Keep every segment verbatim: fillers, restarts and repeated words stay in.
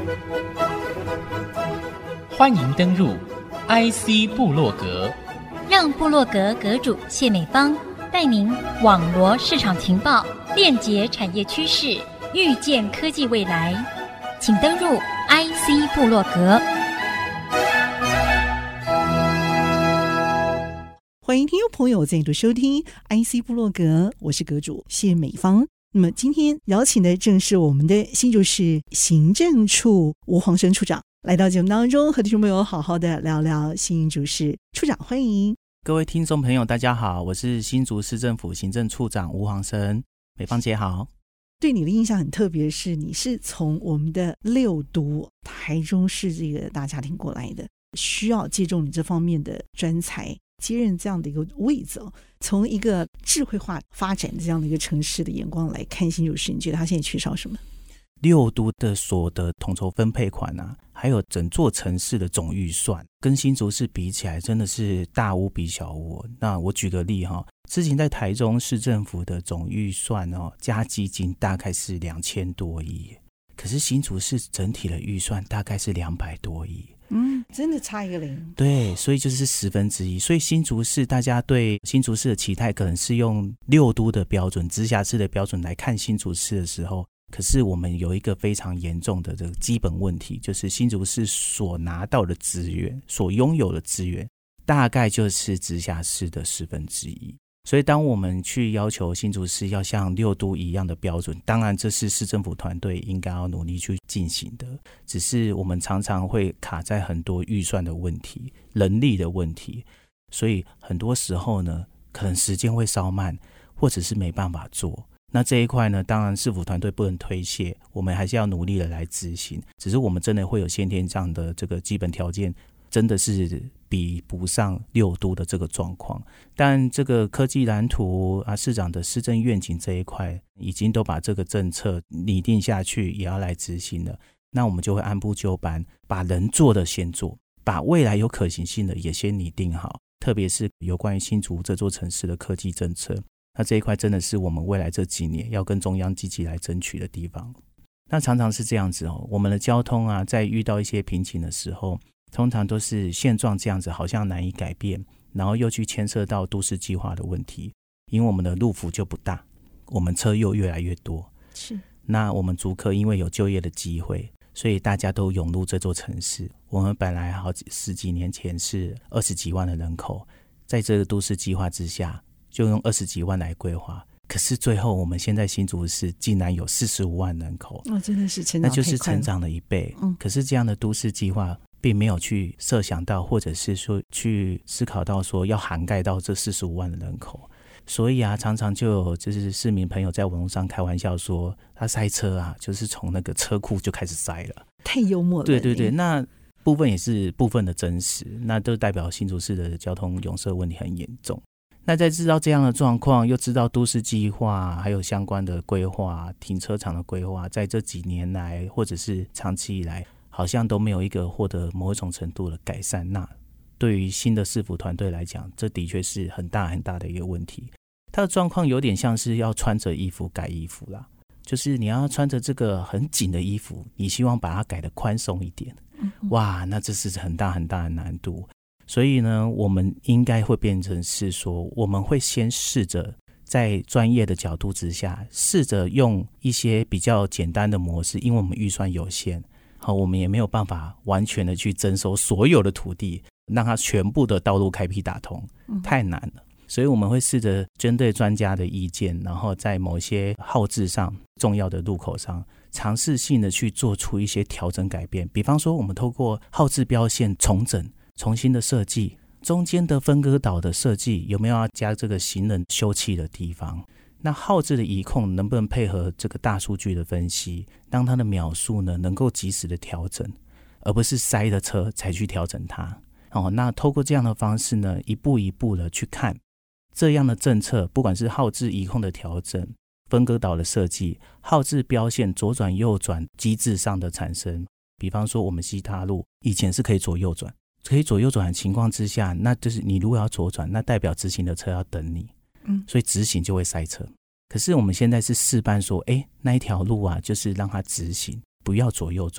欢迎登入 I C 部落格， 让部落格阁主谢美芳带您网罗市场情报，链接产业趋势，预见科技未来。请登入 I C 部落格。 欢迎听众朋友再度收听 I C 部落格，我是阁主谢美芳。那么今天邀请的正是我们的新竹市行政处吴黄生处长，来到节目当中和听众朋友好好的聊聊新竹市。处长欢迎。 各位听众朋友大家好，我是新竹市政府行政处长吴黄生。美芳姐好。 对你的印象很特别，是你是从我们的六都台中市这个大家庭过来的，需要借重你这方面的专才，接任这样的一个位置哦。从一个智慧化发展的这样的一个城市的眼光来看新竹市，你觉得它现在缺少什么？ 六都的所得统筹分配款啊，还有整座城市的总预算，跟新竹市比起来真的是大巫比小巫。那我举个例哈，之前在台中市政府的总预算哦，加基金大概是两千多亿，可是新竹市整体的预算大概是两百多亿。 嗯，真的差一个零。 对，所以就是十分之一。所以新竹市大家对新竹市的期待可能是用六都的标准、直辖市的标准来看新竹市的时候，可是我们有一个非常严重的这个基本问题，就是新竹市所拿到的资源、所拥有的资源，大概就是直辖市的十分之一。所以当我们去要求新竹市要像六都一样的标准，当然这是市政府团队应该要努力去进行的，只是我们常常会卡在很多预算的问题、人力的问题，所以很多时候呢，可能时间会稍慢，或者是没办法做。那这一块呢，当然市府团队不能推卸，我们还是要努力的来执行，只是我们真的会有先天上的这个基本条件，真的是比不上六都的这个状况。但这个科技蓝图啊，市长的施政愿景这一块已经都把这个政策拟定下去，也要来执行了。那我们就会按部就班，把能做的先做，把未来有可行性的也先拟定好，特别是有关于新竹这座城市的科技政策，那这一块真的是我们未来这几年要跟中央积极来争取的地方。那常常是这样子哦，我们的交通啊，在遇到一些瓶颈的时候，通常都是现状这样子，好像难以改变，然后又去牵涉到都市计划的问题，因为我们的路幅就不大，我们车又越来越多， 是。 那我们竹科因为有就业的机会，所以大家都涌入这座城市。我们本来好几十几年前是二十几万的人口，在这个都市计划之下，就用二十几万来规划，可是最后我们现在新竹市竟然有四十五万人口， 哦，真的是成长太快了， 那就是成长了一倍。嗯，可是这样的都市计划并没有去设想到，或者是说去思考到说要涵盖到这四十五万的人口。所以啊，常常就有就是市民朋友在网络上开玩笑说，他塞车啊，就是从那个车库就开始塞了， 太幽默了。 对对对，那部分也是部分的真实，那都代表新竹市的交通拥塞问题很严重。那在知道这样的状况，又知道都市计划还有相关的规划、停车场的规划，在这几年来或者是长期以来，好像都没有一个获得某一种程度的改善。那对于新的市府团队来讲，这的确是很大很大的一个问题。它的状况有点像是要穿着衣服改衣服啦，就是你要穿着这个很紧的衣服，你希望把它改得宽松一点，哇，那这是很大很大的难度。所以呢，我们应该会变成是说，我们会先试着在专业的角度之下，试着用一些比较简单的模式，因为我们预算有限，好，我们也没有办法完全的去征收所有的土地，让它全部的道路开辟打通，太难了。所以我们会试着针对专家的意见，然后在某些号志上、重要的路口上，尝试性的去做出一些调整改变。比方说，我们透过号志标线重整、重新的设计，中间的分割岛的设计有没有要加这个行人休憩的地方？那号志的移控能不能配合这个大数据的分析，让它的秒数呢能够及时的调整，而不是塞了车才去调整它。哦，那透过这样的方式呢，一步一步的去看这样的政策，不管是号志移控的调整、分割岛的设计、号志标线左转右转机制上的产生。比方说我们西大路以前是可以左右转，可以左右转的情况之下，那就是你如果要左转，那代表直行的车要等你，嗯，所以直行就会塞车。可是我们现在是示范说，哎，那一条路啊，就是让它直行，不要左右转。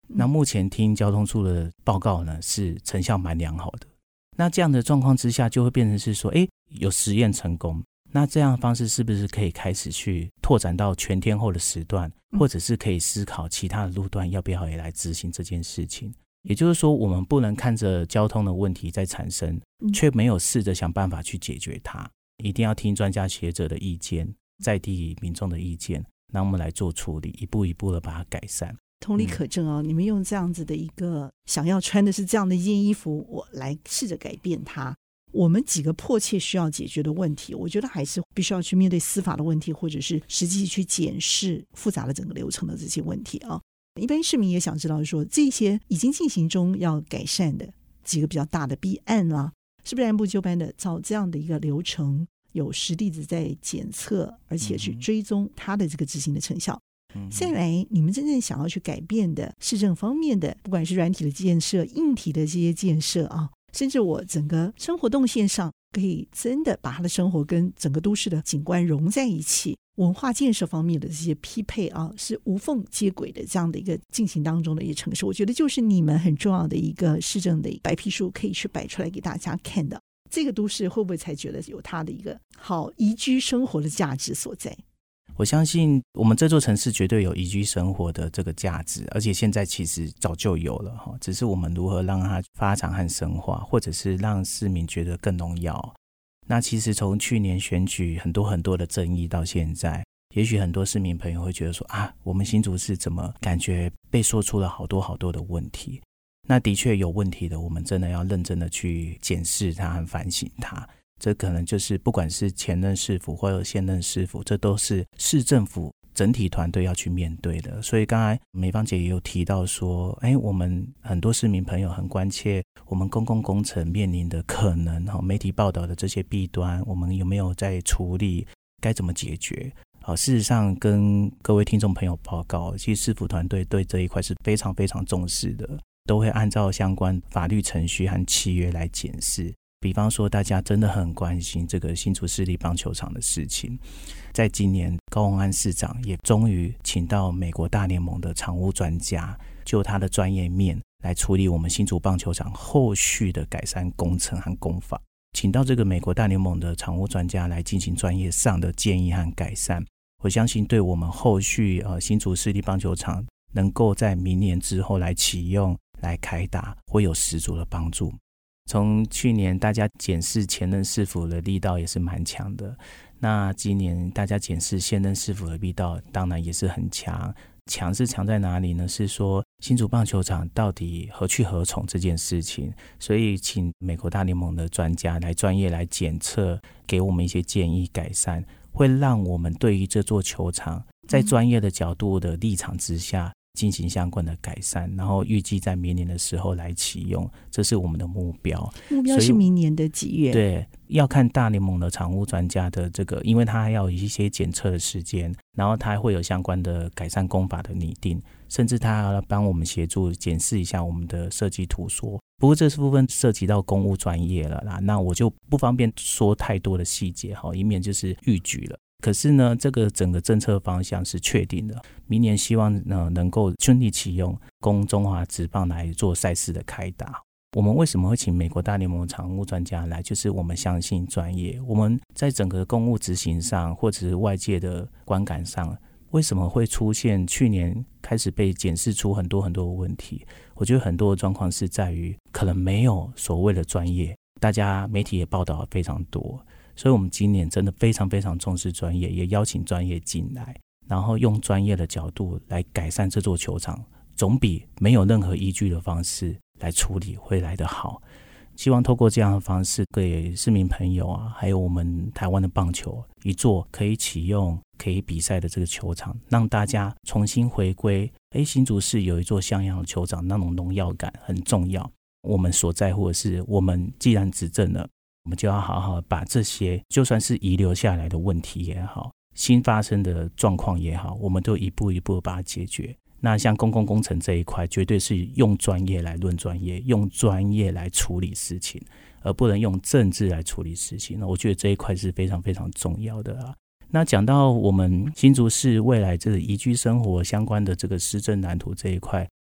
那目前听交通处的报告呢，是成效蛮良好的。那这样的状况之下，就会变成是说，诶，有实验成功，那这样的方式是不是可以开始去拓展到全天候的时段，或者是可以思考其他的路段要不要也来执行这件事情？也就是说，我们不能看着交通的问题在产生，却没有试着想办法去解决它。一定要听专家学者的意见，在地民众的意见，那我们来做处理，一步一步的把它改善。 同理可证哦、嗯，你们用这样子的一个想要穿的是这样的一件衣服，我来试着改变它。我们几个迫切需要解决的问题，我觉得还是必须要去面对司法的问题，或者是实际去检视复杂的整个流程的这些问题啊。一般市民也想知道说，这些已经进行中要改善的几个比较大的弊案啦、啊，是不是按部就班的照这样的一个流程，有实地的在检测，而且去追踪它的这个执行的成效。再来，你们真正想要去改变的市政方面的，不管是软体的建设、硬体的这些建设啊，甚至我整个生活动线上，可以真的把他的生活跟整个都市的景观融在一起，文化建设方面的这些匹配啊，是无缝接轨的这样的一个进行当中的一个城市，我觉得就是你们很重要的一个市政的白皮书，可以去摆出来给大家看的。这个都市会不会才觉得有它的一个好宜居生活的价值所在？ 我相信我们这座城市绝对有宜居生活的这个价值，而且现在其实早就有了，只是我们如何让它发展和深化，或者是让市民觉得更荣耀。那其实从去年选举很多很多的争议到现在，也许很多市民朋友会觉得说啊，我们新竹市怎么感觉被说出了好多好多的问题。那的确有问题的，我们真的要认真的去检视它和反省它。这可能就是不管是前任市府或者现任市府，这都是市政府整体团队要去面对的。所以刚才美芳姐也有提到说，哎，我们很多市民朋友很关切我们公共工程面临的可能媒体报道的这些弊端，我们有没有在处理，该怎么解决。事实上跟各位听众朋友报告，其实市府团队对这一块是非常非常重视的，都会按照相关法律程序和契约来检视。比方说大家真的很关心这个新竹市立棒球场的事情，在今年高虹安市长也终于请到美国大联盟的场务专家，就他的专业面来处理我们新竹棒球场后续的改善工程和工法，请到这个美国大联盟的场务专家来进行专业上的建议和改善。我相信对我们后续呃新竹市立棒球场能够在明年之后来启用来开打会有十足的帮助。从去年大家检视前任市府的力道也是蛮强的，那今年大家检视现任市府的力道当然也是很强。强是强在哪里呢？是说新竹棒球场到底何去何从这件事情，所以请美国大联盟的专家来专业来检测，给我们一些建议改善，会让我们对于这座球场在专业的角度的立场之下进行相关的改善，然后预计在明年的时候来启用，这是我们的目标。 目标是明年的几月？ 对，要看大联盟的场务专家的这个，因为他还要有一些检测的时间，然后他还会有相关的改善工法的拟定，甚至他还要帮我们协助检视一下我们的设计图说。不过这部分涉及到公务专业了啦，那我就不方便说太多的细节，以免就是逾矩了。可是呢，这个整个政策方向是确定的，明年希望呢能够顺利启用，供中华职棒来做赛事的开打。我们为什么会请美国大联盟场务专家来，就是我们相信专业，我们在整个公务执行上或者是外界的观感上，为什么会出现去年开始被检视出很多很多的问题。我觉得很多的状况是在于可能没有所谓的专业，大家媒体也报道非常多，所以我们今年真的非常非常重视专业，也邀请专业进来，然后用专业的角度来改善这座球场，总比没有任何依据的方式来处理会来得好。希望透过这样的方式，给市民朋友啊，还有我们台湾的棒球一座可以启用可以比赛的这个球场，让大家重新回归诶新竹市有一座像样的球场，那种荣耀感很重要。我们所在乎的是，我们既然执政了，我们就要好好把这些就算是遗留下来的问题也好，新发生的状况也好，我们都一步一步把它解决。那像公共工程这一块，绝对是用专业来论专业，用专业来处理事情，而不能用政治来处理事情。那我觉得这一块是非常非常重要的啊。那讲到我们新竹市未来这个宜居生活相关的这个施政蓝图这一块，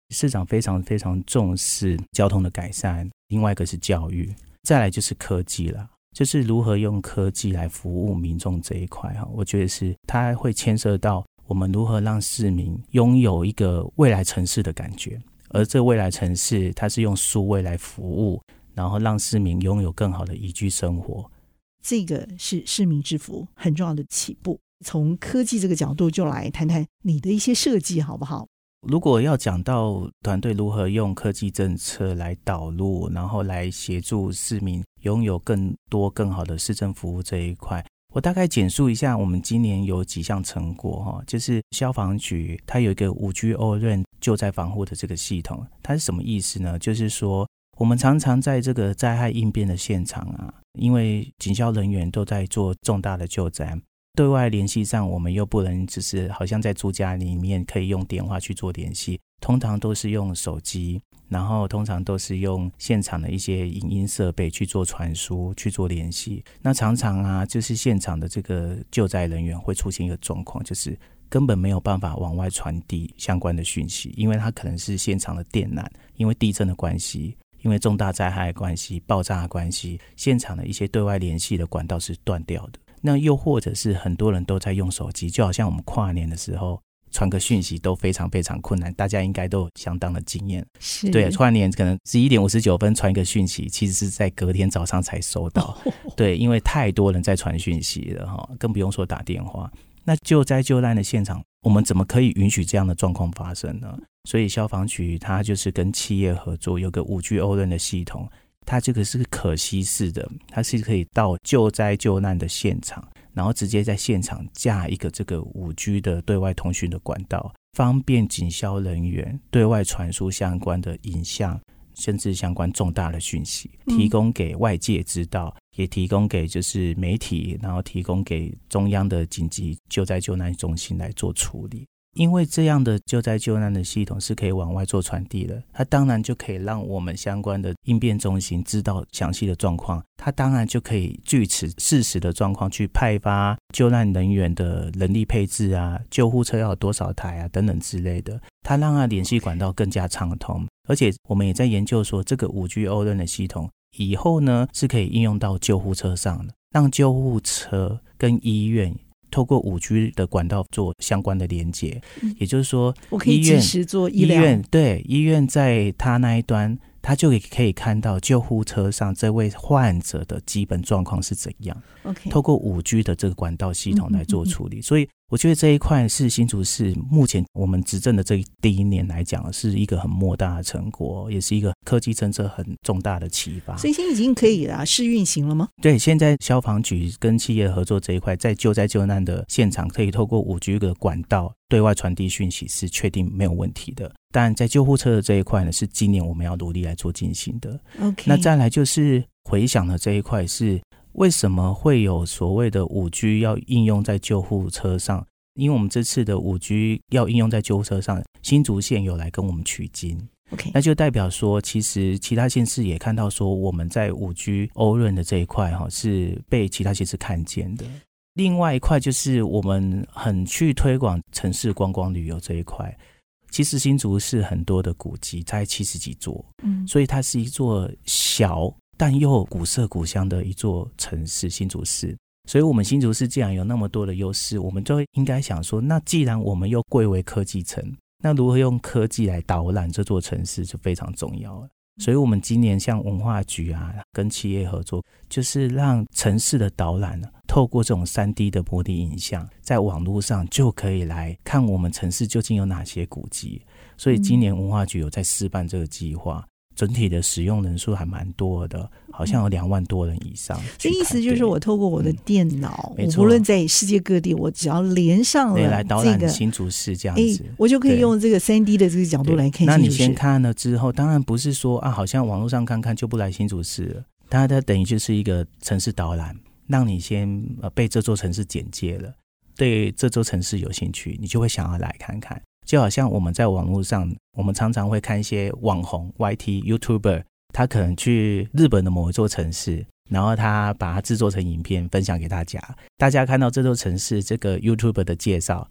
市长非常非常重视交通的改善，另外一个是教育，再来就是科技了，就是如何用科技来服务民众这一块，我觉得是它会牵涉到我们如何让市民拥有一个未来城市的感觉，而这未来城市它是用数位来服务，然后让市民拥有更好的宜居生活。 这个是市民之福很重要的起步。从科技这个角度就来谈谈你的一些设计好不好？ 如果要讲到团队如何用科技政策来导入，然后来协助市民拥有更多更好的市政服务这一块，我大概简述一下我们今年有几项成果，就是消防局它有一个 五 G O 认救灾防护的这个系统。它是什么意思呢？就是说我们常常在这个灾害应变的现场啊，因为警消人员都在做重大的救灾，对外联系上我们又不能只是好像在住家里面可以用电话去做联系，通常都是用手机，然后通常都是用现场的一些影音设备去做传输去做联系。那常常啊，就是现场的这个救灾人员会出现一个状况，就是根本没有办法往外传递相关的讯息，因为它可能是现场的电缆，因为地震的关系，因为重大灾害的关系，爆炸的关系，现场的一些对外联系的管道是断掉的。那又或者是很多人都在用手机，就好像我们跨年的时候传个讯息都非常非常困难，大家应该都有相当的经验。 是， 对，跨年可能十一点五十九分传一个讯息，其实是在隔天早上才收到。哦、对，因为太多人在传讯息了，更不用说打电话。那救灾救难的现场，我们怎么可以允许这样的状况发生呢？所以消防局它就是跟企业合作，有个 五 G O 认的系统，它这个是可惜式的，它是可以到救灾救难的现场，然后直接在现场架一个这个 五 G 的对外通讯的管道，方便警消人员对外传输相关的影像，甚至相关重大的讯息，提供给外界知道、嗯、也提供给就是媒体，然后提供给中央的紧急救灾救难中心来做处理。因为这样的救灾救难的系统是可以往外做传递的，它当然就可以让我们相关的应变中心知道详细的状况，它当然就可以据此事实的状况去派发救难人员的人力配置啊，救护车要有多少台啊等等之类的，它让它联系管道更加畅通。而且我们也在研究说，这个 五 G O 认的系统以后呢是可以应用到救护车上的，让救护车跟医院透过 五 G 的管道做相关的连接、嗯、也就是说我可以及时做医疗， 医院对医院在他那一端，他就可以看到救护车上这位患者的基本状况是怎样、okay. 透过 五 G 的这个管道系统来做处理、嗯嗯嗯、所以我觉得这一块是新竹市目前我们执政的这第一年来讲是一个很莫大的成果，也是一个科技政策很重大的启发。 所以现在已经可以了试运行了吗？ 对，现在消防局跟企业合作这一块，在救灾救难的现场可以透过 五 G 的管道对外传递讯息是确定没有问题的。但在救护车的这一块呢，是今年我们要努力来做进行的。 OK， 那再来就是回想的这一块是为什么会有所谓的 五 G 要应用在救护车上，因为我们这次的 五 G 要应用在救护车上，新竹县有来跟我们取经、 okay. 那就代表说其实其他县市也看到说我们在 五 G 欧润的这一块是被其他县市看见的。另外一块就是我们很去推广城市观光旅游这一块，其实新竹市很多的古迹才七十几座、嗯、所以它是一座小但又古色古香的一座城市，新竹市。所以我们新竹市既然有那么多的优势，我们就应该想说，那既然我们又贵为科技城，那如何用科技来导览这座城市就非常重要了。所以我们今年像文化局啊跟企业合作，就是让城市的导览透过这种 三 D 的模拟影像，在网络上就可以来看我们城市究竟有哪些古迹。所以今年文化局有在试办这个计划，整体的使用人数还蛮多的，好像有两万多人以上。 这意思就是我透过我的电脑、嗯、我无论在世界各地，我只要连上了、这个、 来导览新竹市这样子、欸、 我就可以用这个 三 D 的这个角度来看新竹市。 那你先看了之后，当然不是说啊，好像网络上看看就不来新竹市了，它等于就是一个城市导览，让你先、呃、被这座城市简介了，对这座城市有兴趣，你就会想要来看看。就好像我们在网络上，我们常常会看一些网红 Y T、YouTuber， 他可能去日本的某一座城市，然后他把它制作成影片分享给大家，大家看到这座城市这个 YouTuber 的介绍，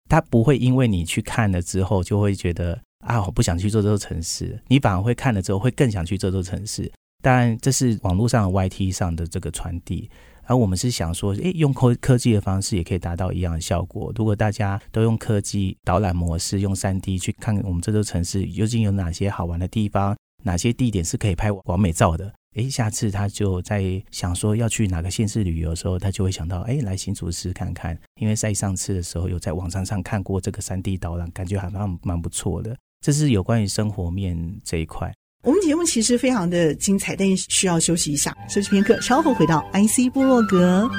他不会因为你去看了之后就会觉得啊我不想去这座城市，你反而会看了之后会更想去这座城市。当然这是网络上的 Y T 上的这个传递，而我们是想说诶用科技的方式也可以达到一样的效果。如果大家都用科技导览模式，用 三 D 去看我们这座城市究竟有哪些好玩的地方，哪些地点是可以拍完美照的，诶下次他就在想说要去哪个县市旅游的时候，他就会想到诶来新竹市看看，因为在上次的时候有在网站上看过这个 三 D 导览，感觉还蛮蛮不错的。这是有关于生活面这一块。 我们节目其实非常的精彩，但是需要休息一下，休息片刻，稍后回到 I C 部落格。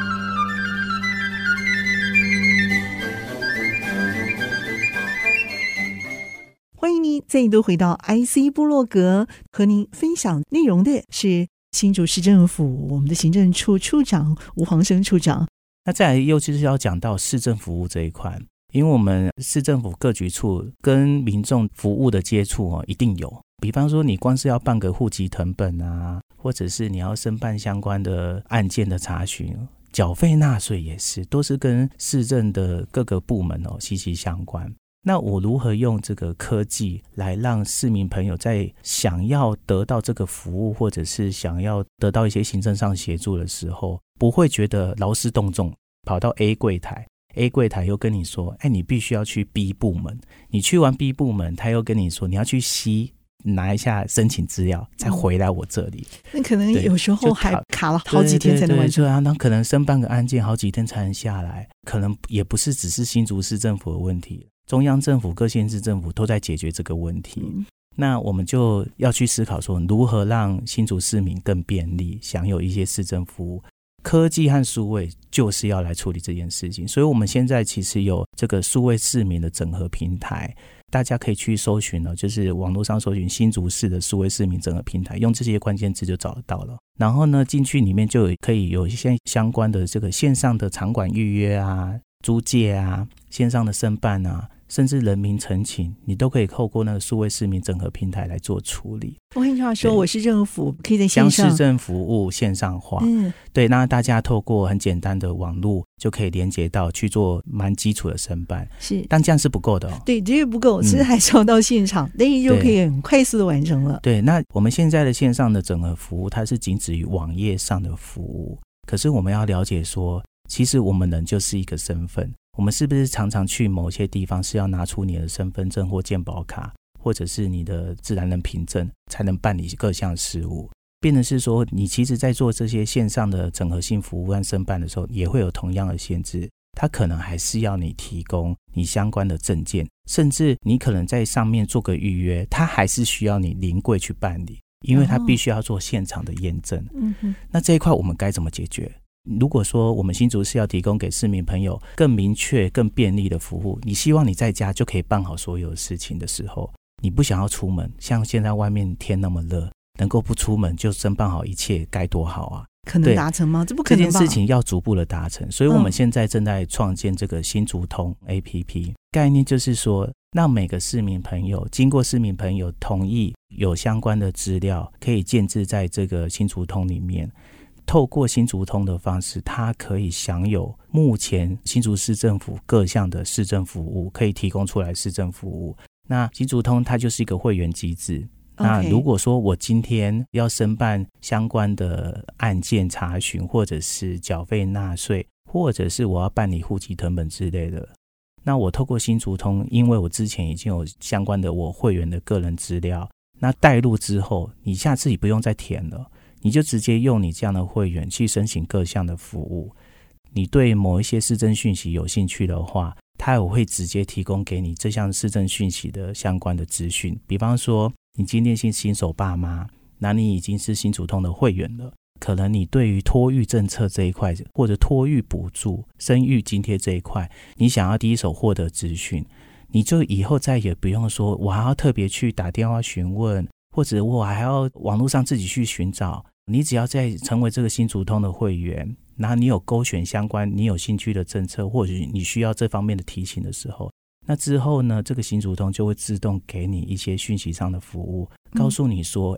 欢迎您再度回到 I C 部落格，和您分享内容的是新竹市政府我们的行政处处长吴黄生处长。 那再来又就是要讲到市政服务这一块，因为我们市政府各局处跟民众服务的接触、哦、一定有，比方说你光是要办个户籍誊本啊，或者是你要申办相关的案件的查询，缴费纳税也是，都是跟市政的各个部门哦息息相关。那我如何用这个科技来让市民朋友在想要得到这个服务，或者是想要得到一些行政上协助的时候，不会觉得劳师动众，跑到 A 柜台A 柜台又跟你说哎，你必须要去 B 部门，你去完 B 部门他又跟你说你要去 C 拿一下申请资料再回来我这里、嗯、 那可能有时候还卡了好几天才能完成。 对对对对啊，那可能申办个案件好几天才能下来，可能也不是只是新竹市政府的问题，中央政府各县市政府都在解决这个问题、嗯、那我们就要去思考说如何让新竹市民更便利享有一些市政服务。科技和数位就是要来处理这件事情，所以我们现在其实有这个数位市民的整合平台，大家可以去搜寻了，就是网络上搜寻新竹市的数位市民整合平台，用这些关键字就找得到了。然后呢进去里面就可以有一些相关的这个线上的场馆预约啊、租借啊、线上的申办啊，甚至人民陈情，你都可以透过那个数位市民整合平台来做处理。 我跟你说我是政府可以在线上将市政服务线上化、嗯、对，那大家透过很简单的网络就可以连接到去做蛮基础的申办，是，但这样是不够的哦。 对，这个不够，其实还是要到现场，但是就可以很快速的完成了。 对，那我们现在的线上的整合服务它是仅止于网页上的服务，可是我们要了解说其实我们人就是一个身份，我们是不是常常去某些地方是要拿出你的身份证或健保卡，或者是你的自然人凭证才能办理各项事务，变成是说你其实在做这些线上的整合性服务和申办的时候也会有同样的限制，它可能还是要你提供你相关的证件，甚至你可能在上面做个预约，它还是需要你临柜去办理，因为它必须要做现场的验证、哦嗯、那这一块我们该怎么解决？如果说我们新竹市要提供给市民朋友更明确更便利的服务，你希望你在家就可以办好所有的事情的时候，你不想要出门，像现在外面天那么热，能够不出门就申办好一切该多好啊， 可能达成吗？这不可能吧。 这件事情要逐步的达成，所以我们现在正在创建这个新竹通 A P P、嗯、概念就是说让每个市民朋友经过市民朋友同意，有相关的资料可以建置在这个新竹通里面，透过新竹通的方式，它可以享有目前新竹市政府各项的市政服务，可以提供出来市政服务。那新竹通它就是一个会员机制，那如果说我今天要申办相关的案件查询，或者是缴费纳税，或者是我要办理户籍誊本之类的，那我透过新竹通，因为我之前已经有相关的我会员的个人资料，那带入之后你下次你不用再填了，你就直接用你这样的会员去申请各项的服务。你对某一些市政讯息有兴趣的话，它也会直接提供给你这项市政讯息的相关的资讯。比方说你今天是新手爸妈，那你已经是新竹通的会员了，可能你对于托育政策这一块，或者托育补助、生育津贴这一块，你想要第一手获得资讯，你就以后再也不用说我还要特别去打电话询问，或者我还要网络上自己去寻找。你只要在成为这个新竹通的会员，然后你有勾选相关你有兴趣的政策，或者你需要这方面的提醒的时候，那之后呢，这个新竹通就会自动给你一些讯息上的服务，告诉你说诶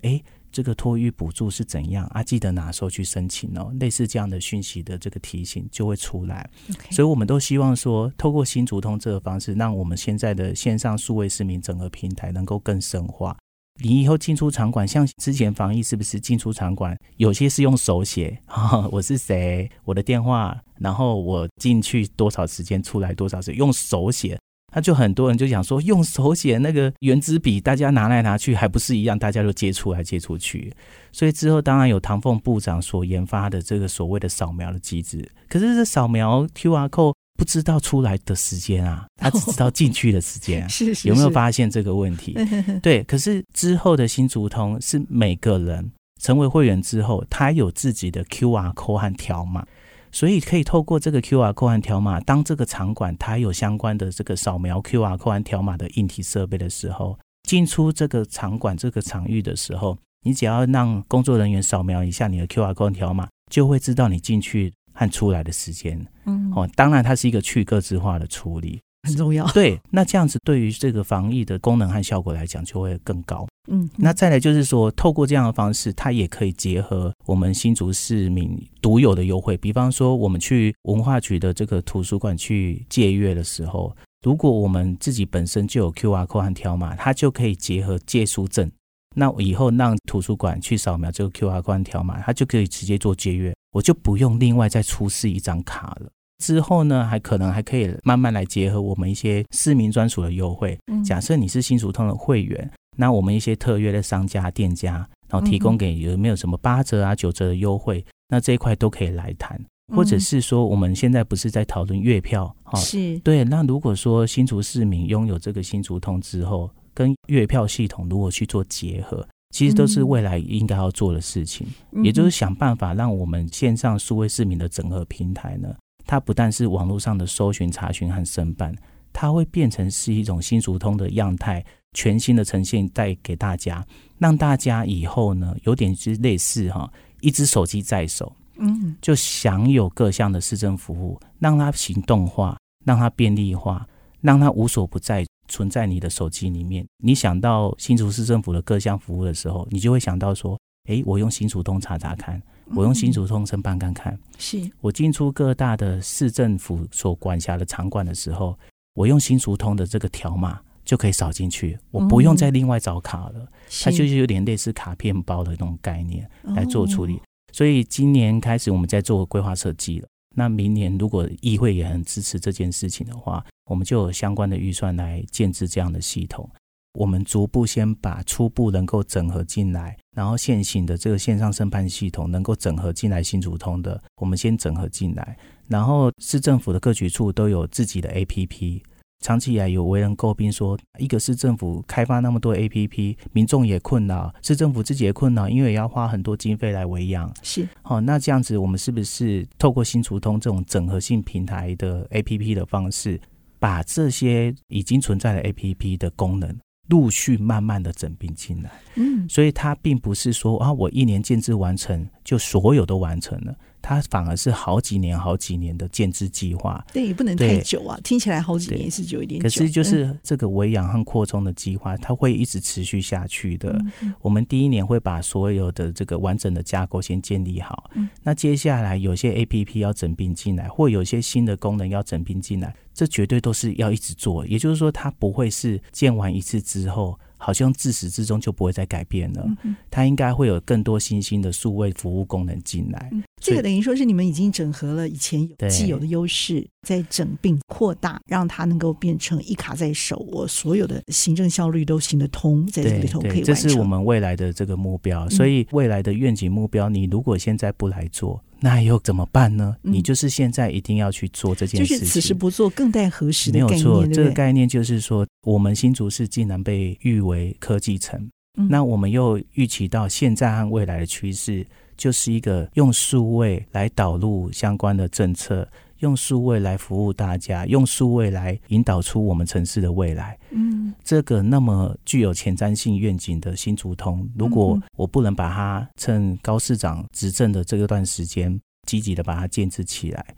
这个托育补助是怎样啊？记得哪时候去申请哦，类似这样的讯息的这个提醒就会出来。Okay. 所以我们都希望说，透过新竹通这个方式，让我们现在的线上数位市民整合平台能够更深化。你以后进出场馆，像之前防疫是不是进出场馆有些是用手写、哦、我是谁，我的电话，然后我进去多少时间，出来多少时间，用手写。那就很多人就讲说，用手写那个原子笔大家拿来拿去还不是一样，大家就接出来接出去。所以之后当然有唐凤部长所研发的这个所谓的扫描的机制，可是这扫描 Q R code 不知道出来的时间啊，他只知道进去的时间、啊是是是， 有没有发现这个问题？对，可是之后的新竹通是每个人成为会员之后，他有自己的 Q R code 和条码，所以可以透过这个 Q R code 和条码，当这个场馆它有相关的这个扫描 Q R code 和条码的硬体设备的时候，进出这个场馆这个场域的时候，你只要让工作人员扫描一下你的 Q R code 和条码，就会知道你进去和出来的时间。嗯，哦，当然它是一个去个资化的处理， 很重要。 对，那这样子对于这个防疫的功能和效果来讲就会更高。嗯，那再来就是说，透过这样的方式，它也可以结合我们新竹市民独有的优惠，比方说我们去文化局的这个图书馆去借阅的时候，如果我们自己本身就有 Q R code 和条码，它就可以结合借书证，那以后让图书馆去扫描这个 Q R code 和条码，它就可以直接做借阅，我就不用另外再出示一张卡了。之后呢，还可能还可以慢慢来结合我们一些市民专属的优惠、嗯、假设你是新竹通的会员，那我们一些特约的商家店家，然后提供给有没有什么八折啊九折的优惠，那这一块都可以来谈。或者是说我们现在不是在讨论月票、哦、 是对，那如果说新竹市民拥有这个新竹通之后，跟月票系统如果去做结合，其实都是未来应该要做的事情、嗯、也就是想办法让我们线上数位市民的整合平台呢，它不但是网络上的搜寻查询和申办，它会变成是一种新竹通的样态，全新的呈现带给大家，让大家以后呢有点是类似哈，一只手机在手，嗯，就享有各项的市政服务，让它行动化，让它便利化，让它无所不在存在你的手机里面。你想到新竹市政府的各项服务的时候，你就会想到说，诶，我用新竹通查查看，我用新竹通申办看看，是我进出各大的市政府所管辖的场馆的时候，我用新竹通的这个条码就可以扫进去，我不用再另外找卡了、嗯、它就是有点类似卡片包的那种概念来做处理、哦、所以今年开始我们在做规划设计了，那明年如果议会也很支持这件事情的话，我们就有相关的预算来建制这样的系统。我们逐步先把初步能够整合进来，然后现行的这个线上申办系统能够整合进来新竹通的，我们先整合进来，然后市政府的各局处都有自己的 A P P。 长期以来有为人诟病说，一个市政府开发那么多 A P P， 民众也困扰，市政府自己也困扰，因为也要花很多经费来维养。是、哦、那这样子我们是不是透过新竹通这种整合性平台的 A P P 的方式，把这些已经存在的 A P P 的功能陆续慢慢的整并进来？嗯，所以它并不是说啊，我一年建制完成就所有都完成了，它反而是好几年好几年的建制计划。 对，也不能太久啊，听起来好几年是久一点久， 可是就是这个维养和扩充的计划、嗯、它会一直持续下去的、嗯嗯、我们第一年会把所有的这个完整的架构先建立好、嗯、那接下来有些 A P P 要整并进来，或有些新的功能要整并进来，这绝对都是要一直做，也就是说它不会是建完一次之后好像自始至终就不会再改变了、嗯、它应该会有更多新兴的数位服务功能进来、嗯、 这个等于说是你们已经整合了以前有既有的优势，再整并扩大，让它能够变成一卡在手，我所有的行政效率都行得通，在这个里头可以完成。 这是我们未来的这个目标、嗯、所以未来的愿景目标，你如果现在不来做，那又怎么办呢、嗯、你就是现在一定要去做这件事情， 就是此时不做更待何时的概念。 没有错， 对对这个概念就是说，我们新竹市竟然被誉为科技城、嗯、那我们又预期到现在和未来的趋势，就是一个用数位来导入相关的政策，用数位来服务大家，用数位来引导出我们城市的未来。嗯，这个那么具有前瞻性愿景的新竹通，如果我不能把它趁高市长执政的这段时间积极的把它建制起来，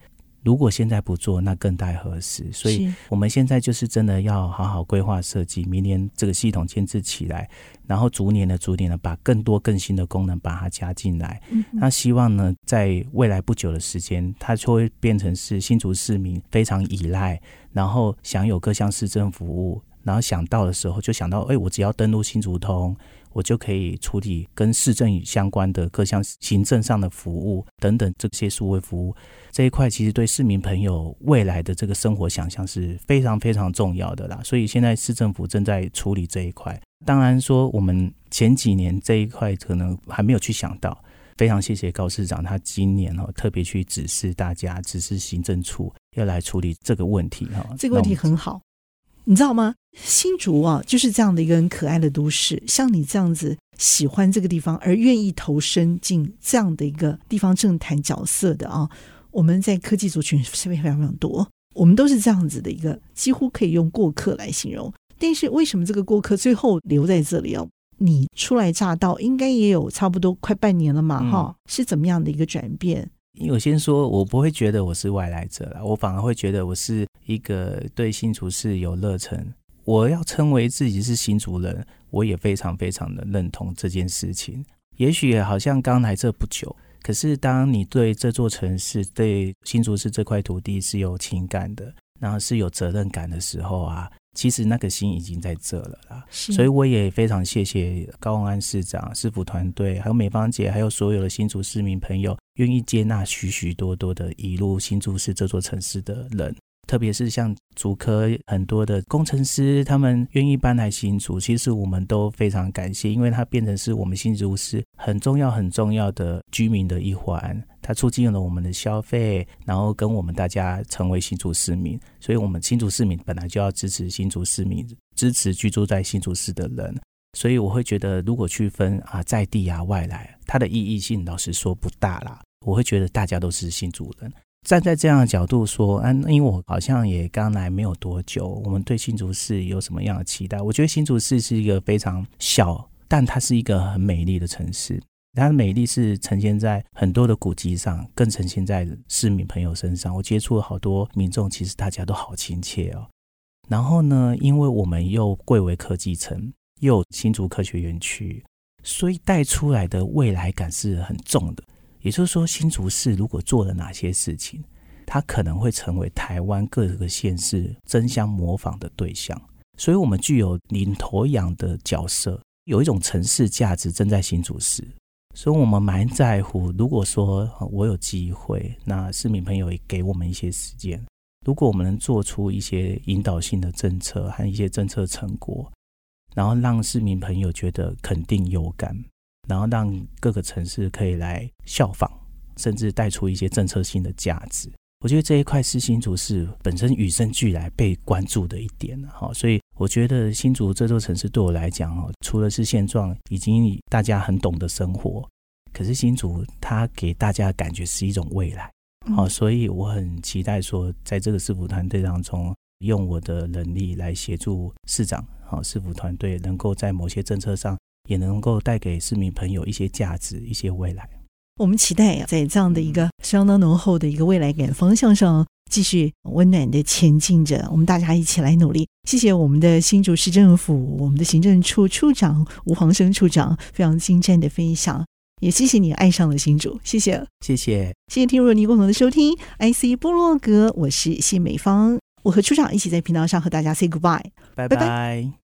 如果现在不做，那更待何时？所以我们现在就是真的要好好规划设计，明年这个系统建制起来，然后逐年的逐年的把更多更新的功能把它加进来。嗯、那希望呢，在未来不久的时间，它就会变成是新竹市民非常依赖，然后享有各项市政服务，然后想到的时候就想到，哎，我只要登录新竹通，我就可以处理跟市政相关的各项行政上的服务等等这些数位服务。这一块其实对市民朋友未来的这个生活想象是非常非常重要的啦，所以现在市政府正在处理这一块。当然说我们前几年这一块可能还没有去想到，非常谢谢高市长，他今年、哦、特别去指示大家，指示行政处要来处理这个问题、哦、 这个问题很好，你知道吗？新竹啊，就是这样的一个很可爱的都市，像你这样子喜欢这个地方而愿意投身进这样的一个地方政坛角色的啊，我们在科技族群是非常非常多，我们都是这样子的一个，几乎可以用过客来形容。但是为什么这个过客最后留在这里啊？你初来乍到应该也有差不多快半年了嘛、嗯、哈，是怎么样的一个转变？ 我先说，我不会觉得我是外来者啦，我反而会觉得我是一个对新竹市有热忱，我要称为自己是新竹人，我也非常非常的认同这件事情。也许好像刚来这不久，可是当你对这座城市，对新竹市这块土地是有情感的，然后是有责任感的时候啊，其实那个心已经在这了啦。所以我也非常谢谢高虹安市长、市府团队，还有美芳姐，还有所有的新竹市民朋友，愿意接纳许许多多的移入新竹市这座城市的人，特别是像竹科很多的工程师，他们愿意搬来新竹，其实我们都非常感谢，因为它变成是我们新竹市很重要很重要的居民的一环，它促进了我们的消费，然后跟我们大家成为新竹市民，所以我们新竹市民本来就要支持新竹市民，支持居住在新竹市的人。所以我会觉得如果区分啊在地啊外来，它的意义性老实说不大啦，我会觉得大家都是新竹人。站在这样的角度说、啊、因为我好像也刚来没有多久，我们对新竹市有什么样的期待？我觉得新竹市是一个非常小，但它是一个很美丽的城市，它的美丽是呈现在很多的古迹上，更呈现在市民朋友身上。我接触了好多民众，其实大家都好亲切哦。然后呢，因为我们又贵为科技城，又有新竹科学园区，所以带出来的未来感是很重的。也就是说，新竹市如果做了哪些事情，它可能会成为台湾各个县市争相模仿的对象。所以我们具有领头羊的角色，有一种城市价值正在新竹市，所以我们蛮在乎，如果说我有机会，那市民朋友也给我们一些时间，如果我们能做出一些引导性的政策和一些政策成果，然后让市民朋友觉得肯定有感，然后让各个城市可以来效仿，甚至带出一些政策性的价值。我觉得这一块是新竹市本身与生俱来被关注的一点，所以我觉得新竹这座城市对我来讲，除了是现状已经大家很懂得生活，可是新竹它给大家的感觉是一种未来、嗯、所以我很期待说在这个市府团队当中，用我的能力来协助市长、市府团队能够在某些政策上也能够带给市民朋友一些价值，一些未来。 我们期待在这样的一个相当浓厚的一个未来感方向上继续温暖的前进着，我们大家一起来努力。谢谢我们的新竹市政府，我们的行政处处长吴黄生处长非常精湛的分享，也谢谢你爱上了新竹，谢谢谢谢谢谢听众你共同的收听 I C 部落格，我是谢美芳，我和处长一起在频道上和大家 say goodbye， 拜拜。